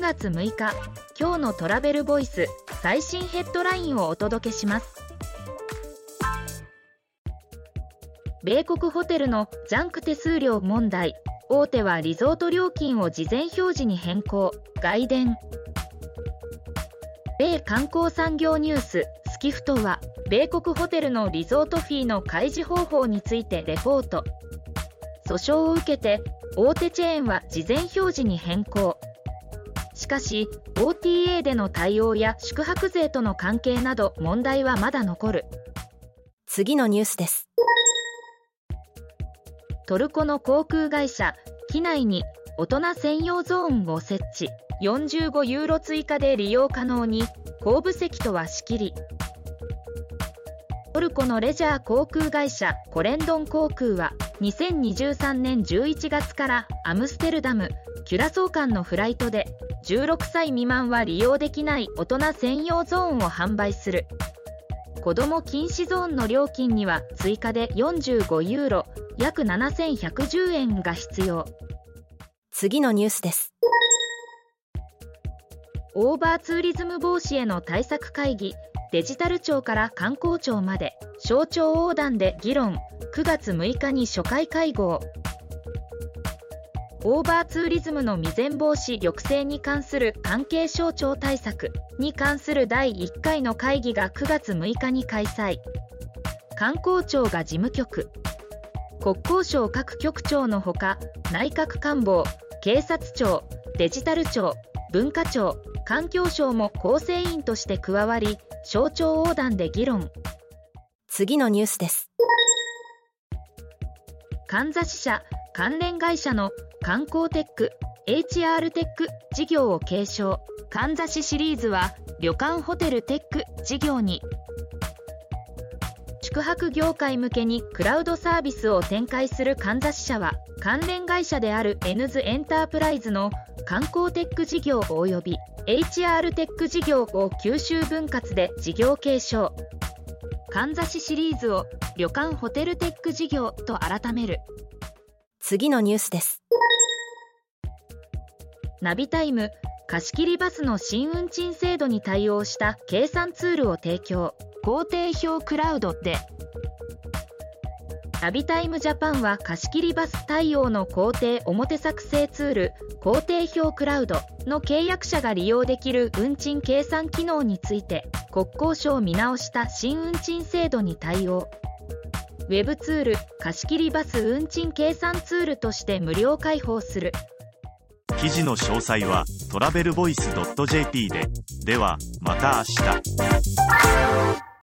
月6日、今日のトラベルボイス最新ヘッドラインをお届けします。米国ホテルのジャンク手数料問題、大手はリゾート料金を事前表示に変更、外伝。米観光産業ニューススキフトは、米国ホテルのリゾートフィーの開示方法についてレポート。訴訟を受けて大手チェーンは事前表示に変更。しかし OTA での対応や宿泊税との関係など問題はまだ残る。 次のニュースです。 トルコの航空会社機内に大人専用ゾーンを設置、45ユーロ追加で利用可能に、後部席とは仕切り。トルコのレジャー航空会社コレンドン航空は2023年11月からアムステルダム・キュラソー間のフライトで16歳未満は利用できない大人専用ゾーンを販売する。子ども禁止ゾーンの料金には追加で45ユーロ、約7110円が必要。 次のニュースです。 オーバーツーリズム防止への対策会議、デジタル庁から観光庁まで省庁横断で議論、9月6日に初回会合。オーバーツーリズムの未然防止抑制に関する関係省庁対策に関する第1回の会議が9月6日に開催。観光庁が事務局、国交省各局長のほか、内閣官房、警察庁、デジタル庁、文化庁、環境省も構成員として加わり、省庁横断で議論。 次のニュースです。 かんざし社関連会社の観光テック HR テック事業を継承。かんざしシリーズは旅館ホテルテック事業に。宿泊業界向けにクラウドサービスを展開するかんざし社は、関連会社であるエヌズエンタープライズの観光テック事業及び HR テック事業を吸収分割で事業継承。かんざしシリーズを旅館ホテルテック事業と改める。 次のニュースです。 ナビタイム貸切バスの新運賃制度に対応した計算ツールを提供。工程表クラウドで。ナビタイムジャパンは貸切バス対応の工程表作成ツール工程表クラウドの契約者が利用できる運賃計算機能について、国交省見直した新運賃制度に対応。ウェブツール貸切バス運賃計算ツールとして無料開放する。 記事の詳細はトラベルボイス .jp で。ではまた明日。